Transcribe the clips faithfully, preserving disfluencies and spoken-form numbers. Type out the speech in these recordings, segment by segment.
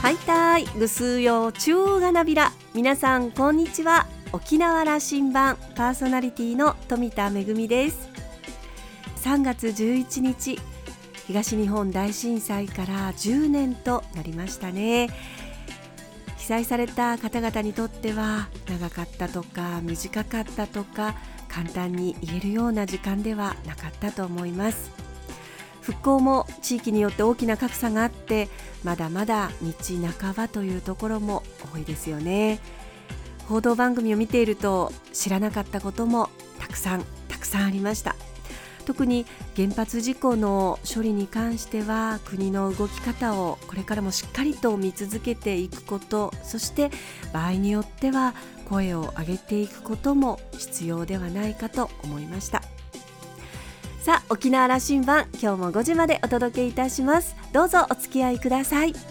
はいたいぐすうようちゅうがなびら。皆さんこんにちは。沖縄羅針盤パーソナリティの富田恵です。さんがつじゅういちにち、東日本大震災からじゅうねんとなりましたね。被災された方々にとっては長かったとか短かったとか簡単に言えるような時間ではなかったと思います。復興も地域によって大きな格差があって、まだまだ道半ばというところも多いですよね。報道番組を見ていると知らなかったこともたくさんたくさんありました。特に原発事故の処理に関しては国の動き方をこれからもしっかりと見続けていくこと、そして場合によっては声を上げていくことも必要ではないかと思いました。さあ、沖縄羅針盤、今日もごじまでお届けいたします。どうぞお付き合いください。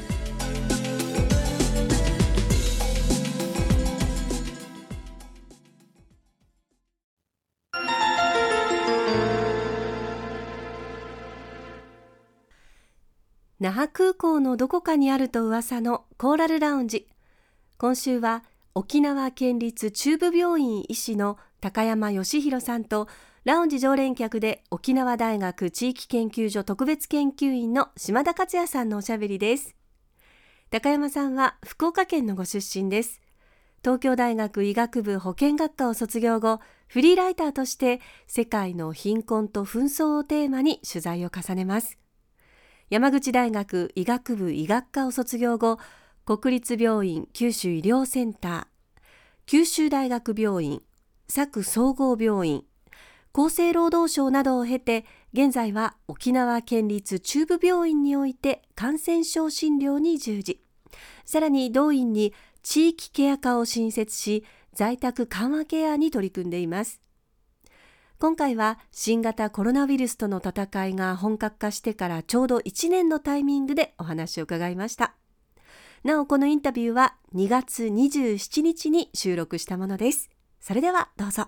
那覇空港のどこかにあると噂のコーラルラウンジ。今週は沖縄県立中部病院医師の高山義弘さんと、ラウンジ常連客で沖縄大学地域研究所特別研究員の島田克也さんのおしゃべりです。高山さんは福岡県のご出身です。東京大学医学部保健学科を卒業後、フリーライターとして世界の貧困と紛争をテーマに取材を重ねます。山口大学医学部医学科を卒業後、国立病院九州医療センター、九州大学病院、佐久総合病院、厚生労働省などを経て、現在は沖縄県立中部病院において感染症診療に従事。さらに同院に地域ケア科を新設し、在宅緩和ケアに取り組んでいます。今回は新型コロナウイルスとの戦いが本格化してからちょうどいちねんのタイミングでお話を伺いました。なおこのインタビューはにがつにじゅうしちにちに収録したものです。それではどうぞ。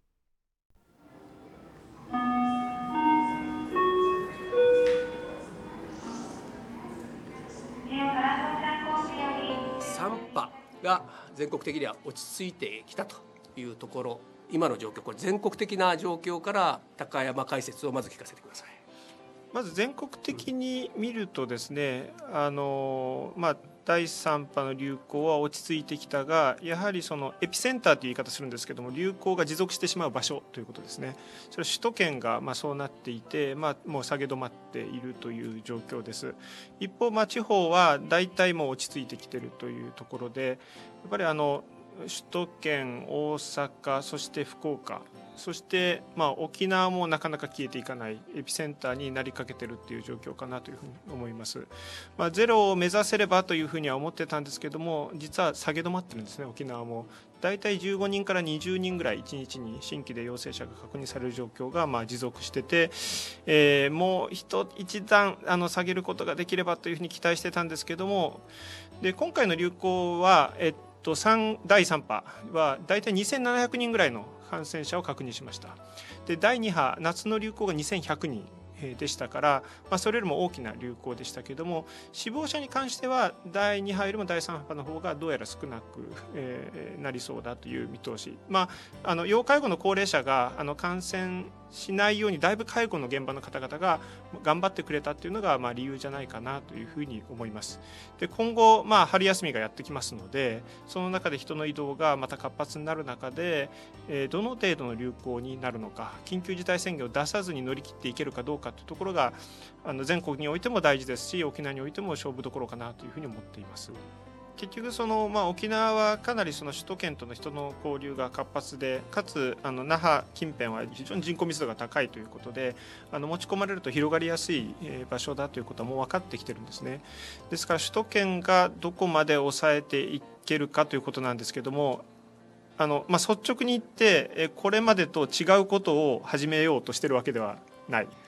さんぱが全国的には落ち着いてきたというところ、今の状況、これ全国的な状況から高山解説をまず聞かせてください。 まず全国的に見るとですね、あのまあ、だいさん波の流行は落ち着いてきたが、やはりそのエピセンターという言い方するんですけども、流行が持続してしまう場所ということですね。それは首都圏がまあそうなっていて、まあ、もう下げ止まっているという状況です。一方、まあ、地方は大体もう落ち着いてきているというところで、やっぱりあの首都圏、大阪、そして福岡、そしてまあ沖縄もなかなか消えていかないエピセンターになりかけているという状況かなというふうに思います。まあ、ゼロを目指せればというふうには思ってたんですけども、実は下げ止まってるんですね。沖縄もだいたいじゅうごにんからにじゅうにんぐらいいちにちに新規で陽性者が確認される状況がまあ持続してて、えー、もう一一段あの下げることができればというふうに期待してたんですけども、で今回の流行は、えっと、だいさん波はだいたいにせんななひゃくにんぐらいの感染者を確認しました。でだいに波、夏の流行がにせんひゃくにんでしたから、まあ、それよりも大きな流行でしたけども、死亡者に関してはだいに波よりもだいさん波の方がどうやら少なく、えー、なりそうだという見通し、まあ、あの要介護の高齢者があの感染しないようにだいぶ介護の現場の方々が頑張ってくれたというのがまあ理由じゃないかなというふうに思います。で今後、まあ、春休みがやってきますので、その中で人の移動がまた活発になる中で、えー、どの程度の流行になるのか、緊急事態宣言を出さずに乗り切っていけるかどうかというところがあの全国においても大事ですし、沖縄においても勝負どころかなというふうに思っています。結局その、まあ、沖縄はかなりその首都圏との人の交流が活発で、かつあの那覇近辺は非常に人口密度が高いということで、あの持ち込まれると広がりやすい場所だということはもう分かってきてるんですね。ですから首都圏がどこまで抑えていけるかということなんですけども、あの、まあ、率直に言ってこれまでと違うことを始めようとしてるわけではない。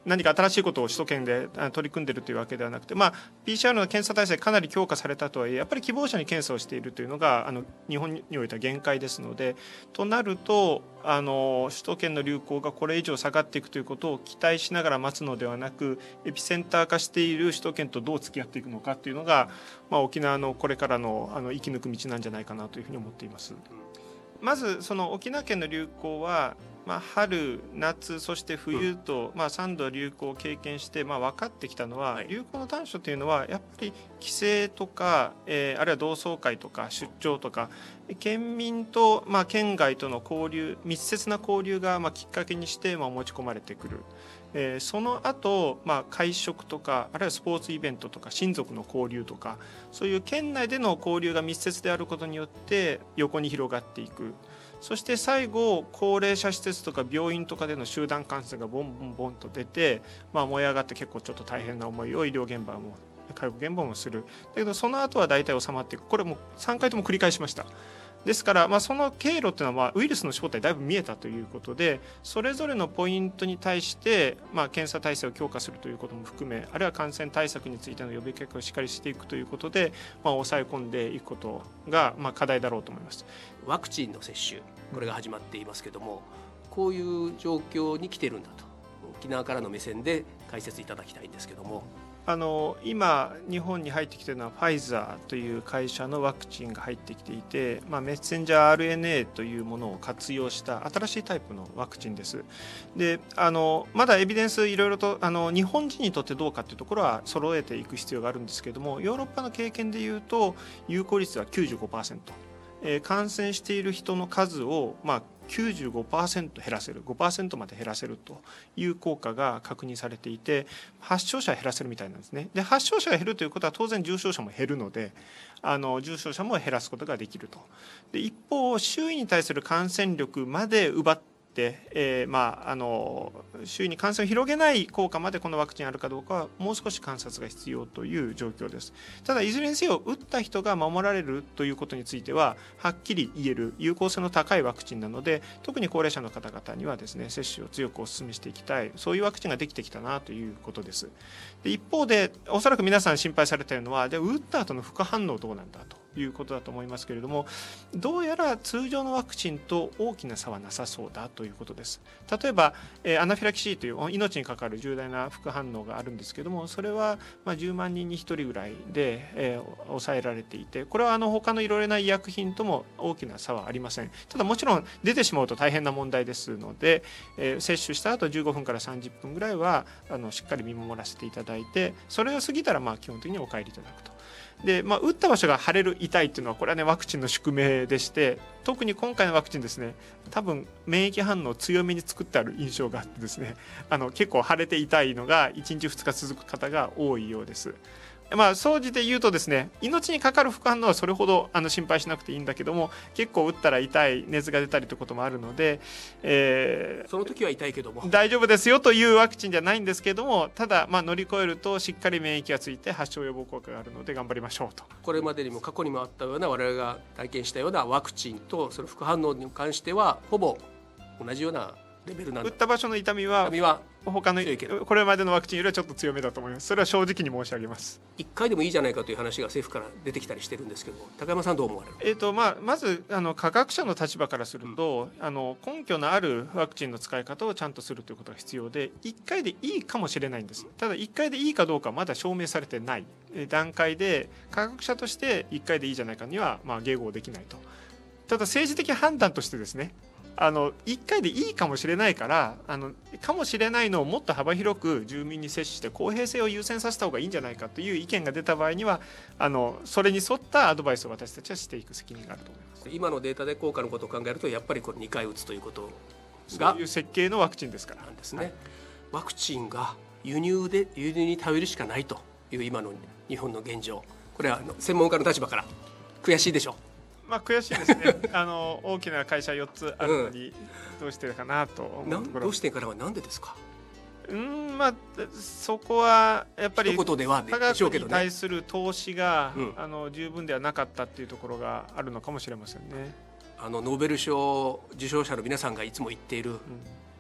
何か新しいことを首都圏で取り組んでいるというわけではなくて、まあ、ピーシーアール の検査体制かなり強化されたとはいえやっぱり希望者に検査をしているというのがあの日本においては限界ですので、となるとあの首都圏の流行がこれ以上下がっていくということを期待しながら待つのではなく、エピセンター化している首都圏とどう付き合っていくのかというのが、まあ、沖縄のこれからの、あの生き抜く道なんじゃないかなというふうに思っています。まずその沖縄県の流行はまあ、春、夏、そして冬と、まあ、さんど流行を経験して、まあ、分かってきたのは、流行の短所というのはやっぱり帰省とか、えー、あるいは同窓会とか出張とか県民と、まあ、県外との交流、密接な交流が、まあ、きっかけにして、まあ、持ち込まれてくる。えー、その後、まあ会食とかあるいはスポーツイベントとか親族の交流とか、そういう県内での交流が密接であることによって横に広がっていく。そして最後高齢者施設とか病院とかでの集団感染がボンボンボンと出て、まあ、燃え上がって結構ちょっと大変な思いを医療現場も介護現場もする。だけどその後は大体収まっていく。これもさんかいとも繰り返しました。ですから、まあ、その経路というのは、まあ、ウイルスの正体だいぶ見えたということで、それぞれのポイントに対して、まあ、検査体制を強化するということも含め、あるいは感染対策についての呼びかけをしっかりしていくということで、まあ、抑え込んでいくことが、まあ、課題だろうと思います。 ワクチンの接種、これが始まっていますけども、こういう状況に来ているんだと、沖縄からの目線で解説いただきたいんですけども。 あの今日本に入ってきているのはファイザーという会社のワクチンが入ってきていて、まあ、メッセンジャー アールエヌエー というものを活用した新しいタイプのワクチンです。であのまだエビデンスいろいろとあの日本人にとってどうかというところは揃えていく必要があるんですけれども、ヨーロッパの経験でいうと有効率は きゅうじゅうごパーセント、えー、感染している人の数を、まあきゅうじゅうごパーセント 減らせる ごパーセント まで減らせるという効果が確認されていて、発症者は減らせるみたいなんですね。で発症者が減るということは当然重症者も減るので、あの重症者も減らすことができると。で一方周囲に対する感染力まで奪ってえーまあ、あの周囲に感染を広げない効果までこのワクチンあるかどうかはもう少し観察が必要という状況です。ただいずれにせよ打った人が守られるということについてははっきり言える有効性の高いワクチンなので、特に高齢者の方々にはですね接種を強くお勧めしていきたい、そういうワクチンができてきたなということです。で一方でおそらく皆さん心配されているのは、で打った後の副反応どうなんだということだと思いますけれども、どうやら通常のワクチンと大きな差はなさそうだということです。例えば、えー、アナフィラキシーという命に関わる重大な副反応があるんですけれども、それはまあじゅうまんにんにひとりぐらいで、えー、抑えられていて、これはあの他のいろいろな医薬品とも大きな差はありません。ただもちろん出てしまうと大変な問題ですので、えー、接種した後じゅうごふんからさんじゅっぷんぐらいはあのしっかり見守らせていただいて、それを過ぎたらまあ基本的にお帰りいただくと。でまあ、打った場所が腫れる、痛いというのはこれはねワクチンの宿命でして、特に今回のワクチンですね、多分免疫反応を強めに作ってある印象があってですね、あの結構腫れて痛いのがいちにちふつか続く方が多いようです。まあ総じて言うとですね、命にかかる副反応はそれほどあの心配しなくていいんだけども、結構打ったら痛い、熱が出たりということもあるので、えー、 その時は痛いけども大丈夫ですよというワクチンじゃないんですけども、ただまあ乗り越えるとしっかり免疫がついて発症予防効果があるので頑張りましょうと。 これまでにも過去にもあったような我々が体験したようなワクチンとその副反応に関してはほぼ同じようなレベルなんだ。 打った場所の痛みは痛みは他のこれまでのワクチンよりはちょっと強めだと思います。それは正直に申し上げます。 いっかいでもいいじゃないかという話が政府から出てきたりしてるんですけど、高山さんどう思われる？ えーとまあ、まずあの科学者の立場からすると、うん、あの根拠のあるワクチンの使い方をちゃんとするということが必要で、いっかいでいいかもしれないんです。ただいっかいでいいかどうかはまだ証明されてない段階で、科学者としていっかいでいいじゃないかにはまあ迎合できないと。ただ政治的判断としてですね、あのいっかいでいいかもしれないから、あのかもしれないのをもっと幅広く住民に接種して公平性を優先させた方がいいんじゃないかという意見が出た場合には、あのそれに沿ったアドバイスを私たちはしていく責任があると思います。 今のデータで効果のことを考えると、やっぱりこれにかい打つということがそういう設計のワクチンですからなんですね、はい、ワクチンが輸入で輸入に頼るしかないという今の日本の現状、これは専門家の立場から悔しいでしょう。 まあ、悔しいですねあの大きな会社よっつあるのにどうしてるかなと思うところ、 どうしてからは何でですか？ うんまあ、そこはやっぱり科学に対する投資が、うん、あの十分ではなかったっていうところがあるのかもしれませんね。 あのノーベル賞受賞者の皆さんがいつも言っている、うん、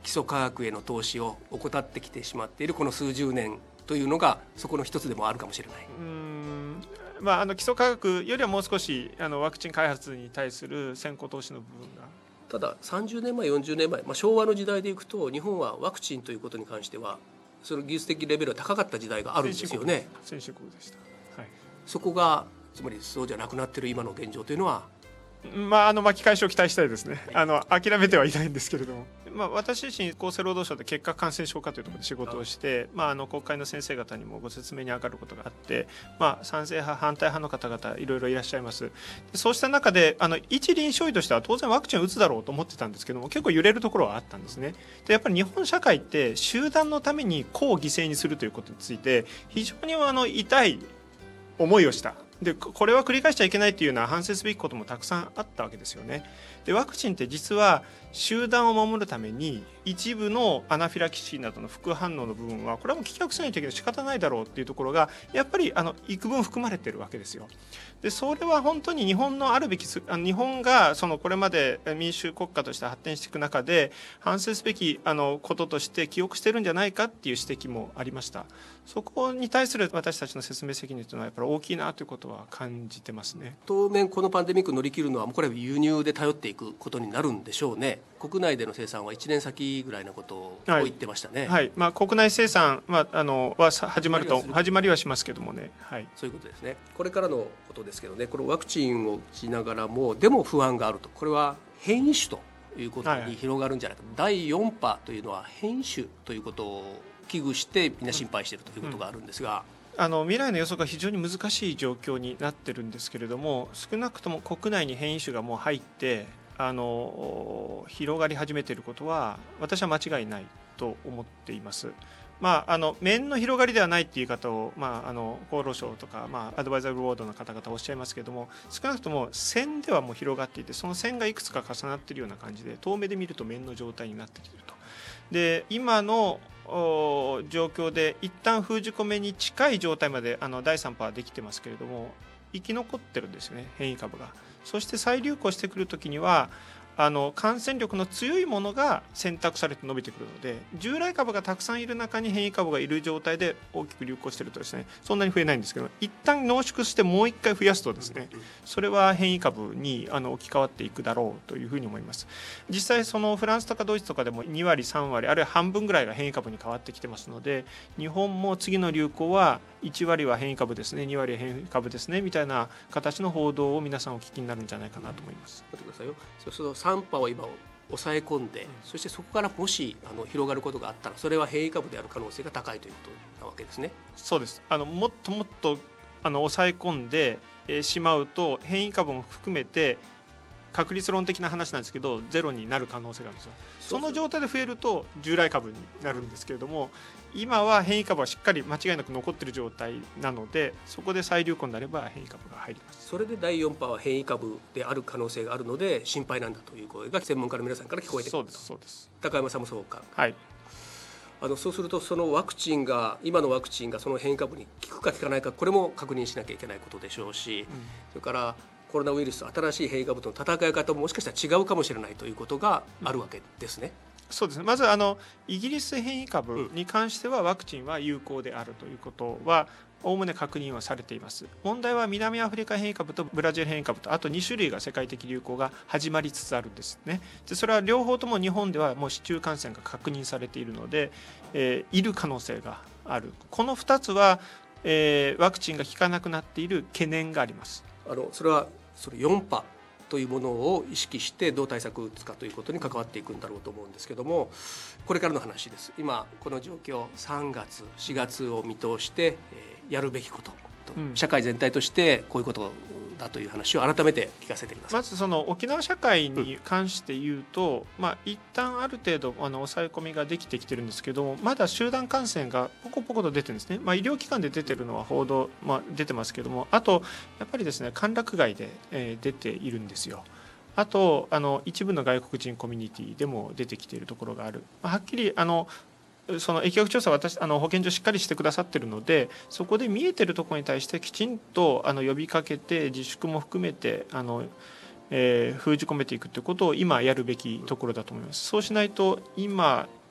基礎科学への投資を怠ってきてしまっているこの数十年というのがそこの一つでもあるかもしれない。 うーん、まあ、あの基礎科学よりはもう少しあのワクチン開発に対する先行投資の部分が。 たださんじゅうねんまえよんじゅうねんまえ、まあ、昭和の時代でいくと日本はワクチンということに関してはその技術的レベルが高かった時代があるんですよね。 先進国でした、はい、 そこがつまりそうじゃなくなっている今の現状というのは、 まあ、あの巻き返しを期待したいですね。あの諦めてはいないんですけれども、まあ、私自身厚生労働省で結核感染症科というところで仕事をして、まあ、あの国会の先生方にもご説明に上がることがあって、まあ、賛成派反対派の方々いろいろいらっしゃいます。そうした中であの一臨床医としては当然ワクチンを打つだろうと思ってたんですけども、結構揺れるところはあったんですね。でやっぱり日本社会って集団のために個を犠牲にするということについて非常にあの痛い思いをした。でこれは繰り返しちゃいけないというような反省すべきこともたくさんあったわけですよね。でワクチンって実は集団を守るために一部のアナフィラキシーなどの副反応の部分はこれはもう棄却しないといけない仕方ないだろうっていうところがやっぱりあの幾分含まれているわけですよ。でそれは本当に日本のあるべきあの日本がそのこれまで民主国家として発展していく中で反省すべきあのこととして記憶してるんじゃないかっていう指摘もありました。そこに対する私たちの説明責任というのはやっぱり大きいなということは感じてますね。 当面このパンデミックを乗り切るのはもうこれは輸入で頼っていくことになるんでしょうね。国内での生産はいちねん先ぐらいのことを言ってましたね。 はいはい、まあ、国内生産、まあ、あのは始まると始まりはしますけどもね、はい、 そういうことですね。これからのことですけどね、このワクチンを打ちながらもでも不安があると、これは変異種ということに広がるんじゃないか、はいはい、だいよん波というのは変異種ということを危惧してみんな心配しているということがあるんですが、 うん、あの未来の予測が非常に難しい状況になってるんですけれども、少なくとも国内に変異種がもう入ってあの広がり始めていることは私は間違いないと思っています。まあ、あの面の広がりではないっていう言い方を、まあ、あの厚労省とか、まあ、アドバイザーボードの方々おっしゃいますけれども、少なくとも線ではもう広がっていて、その線がいくつか重なっているような感じで遠目で見ると面の状態になってきていると。で今の状況で一旦封じ込めに近い状態まであのだいさん波はできてますけれども、生き残ってるんですよね、変異株が。そして再流行してくるときにはあの感染力の強いものが選択されて伸びてくるので、従来株がたくさんいる中に変異株がいる状態で大きく流行しているとですね、そんなに増えないんですけど、一旦濃縮してもう一回増やすとですね、それは変異株にあの置き換わっていくだろうというふうに思います。実際そのフランスとかドイツとかでもに割さん割あるいは半分ぐらいが変異株に変わってきてますので、日本も次の流行はいち割は変異株ですね、に割は変異株ですねみたいな形の報道を皆さんお聞きになるんじゃないかなと思います。 待ってくださいよ。そうするとさん波を今抑え込んで、うん、そしてそこからもしあの広がることがあったらそれは変異株である可能性が高いということなわけですね。 そうです。あのもっともっとあの抑え込んで、えー、しまうと変異株も含めて確率論的な話なんですけどゼロになる可能性があるんですよ。その状態で増えると従来株になるんですけれども、今は変異株はしっかり間違いなく残っている状態なので、そこで再流行になれば変異株が入ります。 それでだいよん波は変異株である可能性があるので心配なんだという声が専門家の皆さんから聞こえてくると。 そうですそうです。 高山さんもそうか。 はい。 あのそうするとそのワクチンが今のワクチンがその変異株に効くか効かないか、これも確認しなきゃいけないことでしょうし、うん、それからコロナウイルス新しい変異株との戦い方ももしかしたら違うかもしれないということがあるわけですね。 うん、そうですね。まずあのイギリス変異株に関してはワクチンは有効であるということはおおむね確認はされています。問題は南アフリカ変異株とブラジル変異株とあとに種類が世界的流行が始まりつつあるんですね。でそれは両方とも日本ではもう市中感染が確認されているので、えー、いる可能性がある。このふたつは、えー、ワクチンが効かなくなっている懸念があります。 あのそれはそれよん波というものを意識してどう対策を打つかということに関わっていくんだろうと思うんですけども、これからの話です。今この状況さんがつしがつを見通して、えーやるべきことと、うん、社会全体としてこういうことだという話を改めて聞かせてください。 まずその沖縄社会に関して言うと、うん、まあ一旦ある程度あの抑え込みができてきてるんですけども、まだ集団感染がポコポコと出てるんですね。まあ、医療機関で出てるのは報道、まあ、出てますけども、あとやっぱりですね歓楽街で、えー、出ているんですよ。あとあの一部の外国人コミュニティでも出てきているところがある。まあ、はっきりあのその疫学調査は私あの保健所しっかりしてくださっているので、そこで見えているところに対してきちんとあの呼びかけて自粛も含めてあの、えー、封じ込めていくということを今やるべきところだと思います。そうしないと今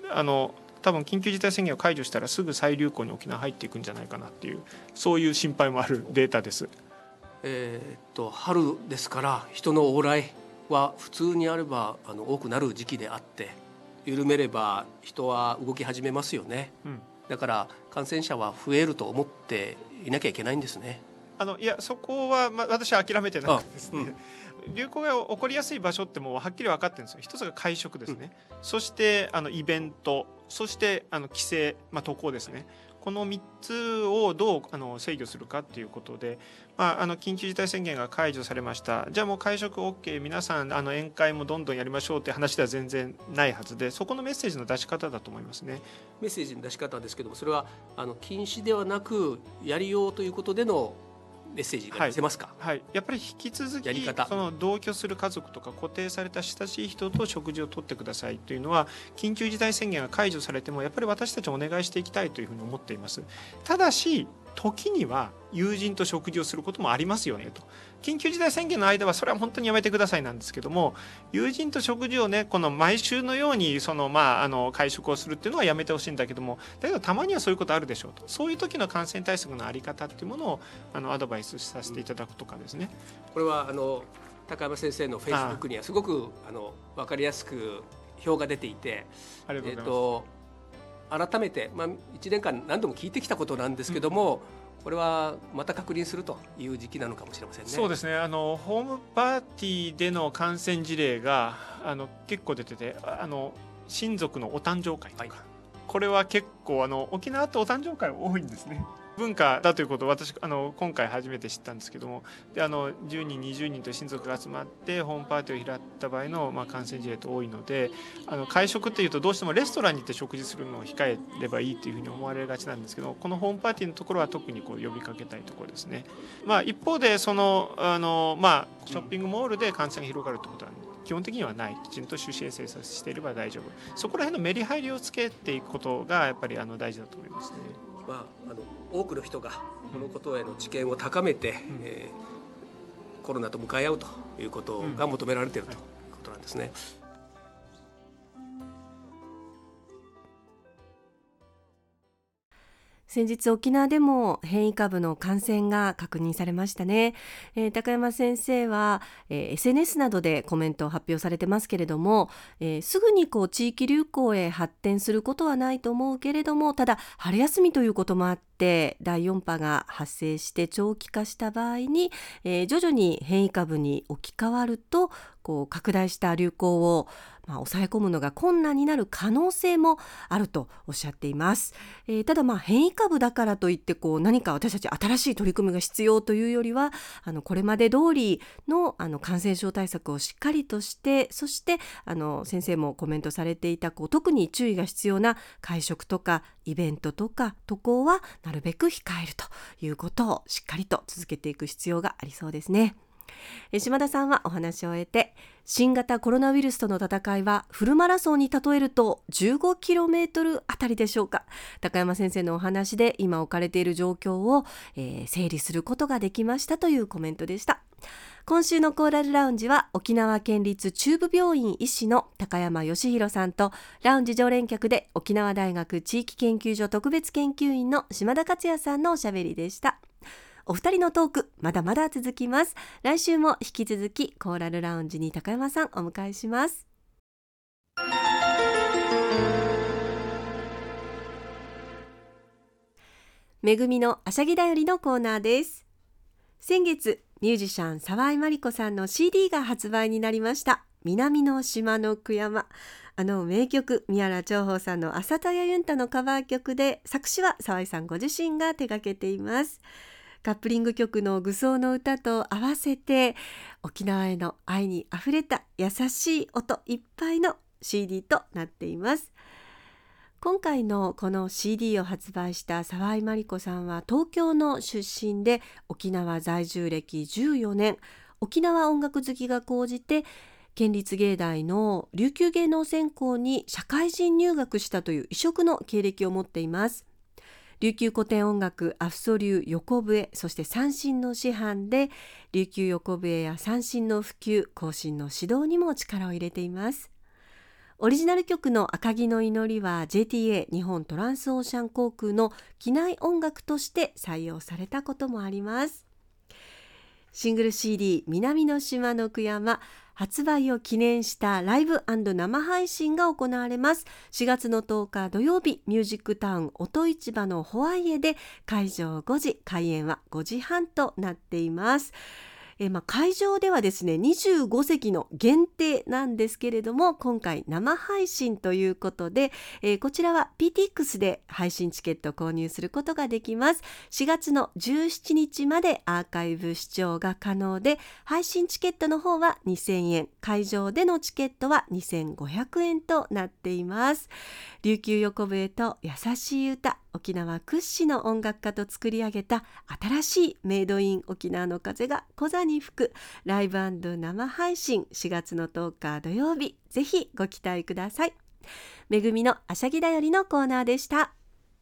あの多分緊急事態宣言を解除したらすぐ再流行に沖縄入っていくんじゃないかなっていう、そういう心配もあるデータです。 えーっと春ですから人の往来は普通にあればあの多くなる時期であって、緩めれば人は動き始めますよね、うん、だから感染者は増えると思っていなきゃいけないんですね。 あのいやそこは、ま、私は諦めてなくてですね、うん、流行が起こりやすい場所ってもうはっきり分かってるんですよ。一つが会食ですね、うん、そしてあのイベント、そしてあの帰省、まあ、渡航ですね。このみっつをどうあの制御するかということで、まあ、あの緊急事態宣言が解除されました、じゃあもう会食 OK、 皆さんあの宴会もどんどんやりましょうという話では全然ないはずで、そこのメッセージの出し方だと思いますね。 メッセージの出し方ですけども、それはあの禁止ではなくやりようということでのメッセージが出せますか。 はいはい、やっぱり引き続きその同居する家族とか固定された親しい人と食事をとってくださいというのは、緊急事態宣言が解除されてもやっぱり私たちお願いしていきたいというふうに思っています。ただし時には友人と食事をすることもありますよねと。緊急事態宣言の間はそれは本当にやめてくださいなんですけども、友人と食事をねこの毎週のようにその、まあ、あの会食をするっていうのはやめてほしいんだけども、だけどたまにはそういうことあるでしょうと。そういう時の感染対策のあり方っていうものをあのアドバイスさせていただくとかですね。 これはあの高山先生のフェイスブックにはすごくあの分かりやすく表が出ていて、 ありがとうございます。 えーと改めて、まあ、いちねんかん何度も聞いてきたことなんですけども、うん、これはまた確認するという時期なのかもしれませんね。 そうですね、あのホームパーティーでの感染事例があの結構出てて、あの親族のお誕生会とか、はい、これは結構あの沖縄ってお誕生会多いんですね。文化だということを私あの今回初めて知ったんですけども、であのじゅうにんにじゅうにんと親族が集まってホームパーティーを開いた場合の、まあ、感染事例って多いので、あの会食っていうとどうしてもレストランに行って食事するのを控えればいいというふうに思われがちなんですけど、このホームパーティーのところは特にこう呼びかけたいところですね。まあ、一方でそのあの、まあ、ショッピングモールで感染が広がるということは基本的にはない。きちんと手指衛生していれば大丈夫。そこら辺のメリハリをつけていくことがやっぱりあの大事だと思いますね。 まあ、あの多くの人がこのことへの知見を高めて、うんえー、コロナと向かい合うということが求められているということなんですね。 先日沖縄でも変異株の感染が確認されましたね。えー、高山先生は、えー、エスエヌエス などでコメントを発表されてますけれども、えー、すぐにこう地域流行へ発展することはないと思うけれども、ただ春休みということもあってだいよん波が発生して長期化した場合に、えー、徐々に変異株に置き換わるとこう拡大した流行をまあ、抑え込むのが困難になる可能性もあるとおっしゃっています。えー、ただまあ変異株だからといってこう何か私たち新しい取り組みが必要というよりは、あのこれまで通り の, あの感染症対策をしっかりとして、そしてあの先生もコメントされていたこう特に注意が必要な会食とかイベントとか渡航はなるべく控えるということをしっかりと続けていく必要がありそうですね。島田さんはお話を終えて、新型コロナウイルスとの戦いはフルマラソンに例えると じゅうごキロメートル あたりでしょうか。高山先生のお話で今置かれている状況を、えー、整理することができましたというコメントでした。今週のコーラルラウンジは沖縄県立中部病院医師の高山義弘さんと、ラウンジ常連客で沖縄大学地域研究所特別研究員の島田克也さんのおしゃべりでした。お二人のトークまだまだ続きます。来週も引き続きコーラルラウンジに高山さんお迎えします。めぐみのあしゃぎだよりのコーナーです。先月ミュージシャン沢井真理子さんの シーディー が発売になりました。南の島の句山。あの名曲宮良長宝さんの朝田やユンタのカバー曲で、作詞は沢井さんご自身が手掛けています。カップリング曲の愚僧の歌と合わせて沖縄への愛にあふれた優しい音いっぱいの シーディー となっています。今回のこの シーディー を発売した沢井真理子さんは東京の出身で、沖縄在住歴じゅうよねん、沖縄音楽好きが高じて県立芸大の琉球芸能専攻に社会人入学したという異色の経歴を持っています。琉球古典音楽アフソ流横笛、そして三線の師範で、琉球横笛や三線の普及更新の指導にも力を入れています。 オリジナル曲の赤城の祈りは ジェイティーエー 日本トランスオーシャン航空の機内音楽として採用されたこともあります。シングル シーディー 南の島の句山発売を記念したライブ&生配信が行われます。しがつのとおか土曜日、ミュージックタウン音市場のホワイエで会場ごじ、開演はごじはんとなっています。えまあ、会場ではですねにじゅうごせきの限定なんですけれども、今回生配信ということで、えー、こちらは ピーティーエックス で配信チケットを購入することができます。しがつのじゅうしちにちまでアーカイブ視聴が可能で、配信チケットの方はにせんえん、会場でのチケットはにせんごひゃくえんとなっています。琉球横笛と優しい歌、沖縄屈指の音楽家と作り上げた新しいメイドイン沖縄の風がコザに吹くライブ&生配信、しがつのとおか土曜日、ぜひご期待ください。めぐみのあしゃぎだよりのコーナーでした。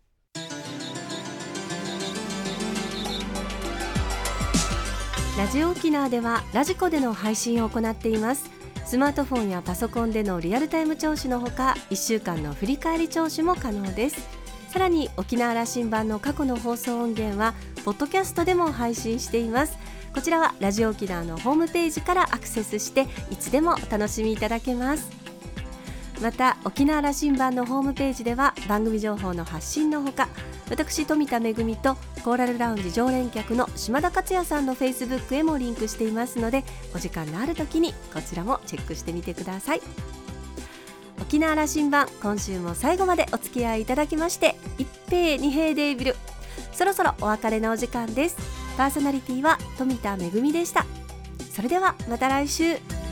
ラジオ沖縄ではラジコでの配信を行っています。スマートフォンやパソコンでのリアルタイム聴取のほか、いっしゅうかんの振り返り聴取も可能です。さらに沖縄羅針盤の過去の放送音源はポッドキャストでも配信しています。こちらはラジオ沖縄のホームページからアクセスしていつでもお楽しみいただけます。また沖縄羅針盤のホームページでは番組情報の発信のほか、私富田恵とコーラルラウンジ常連客の島田克也さんのフェイスブックへもリンクしていますので、お時間のある時にこちらもチェックしてみてください。沖縄羅針盤、今週も最後までお付き合いいただきまして一平二平デービル、そろそろお別れのお時間です。パーソナリティは富田恵でした。それではまた来週。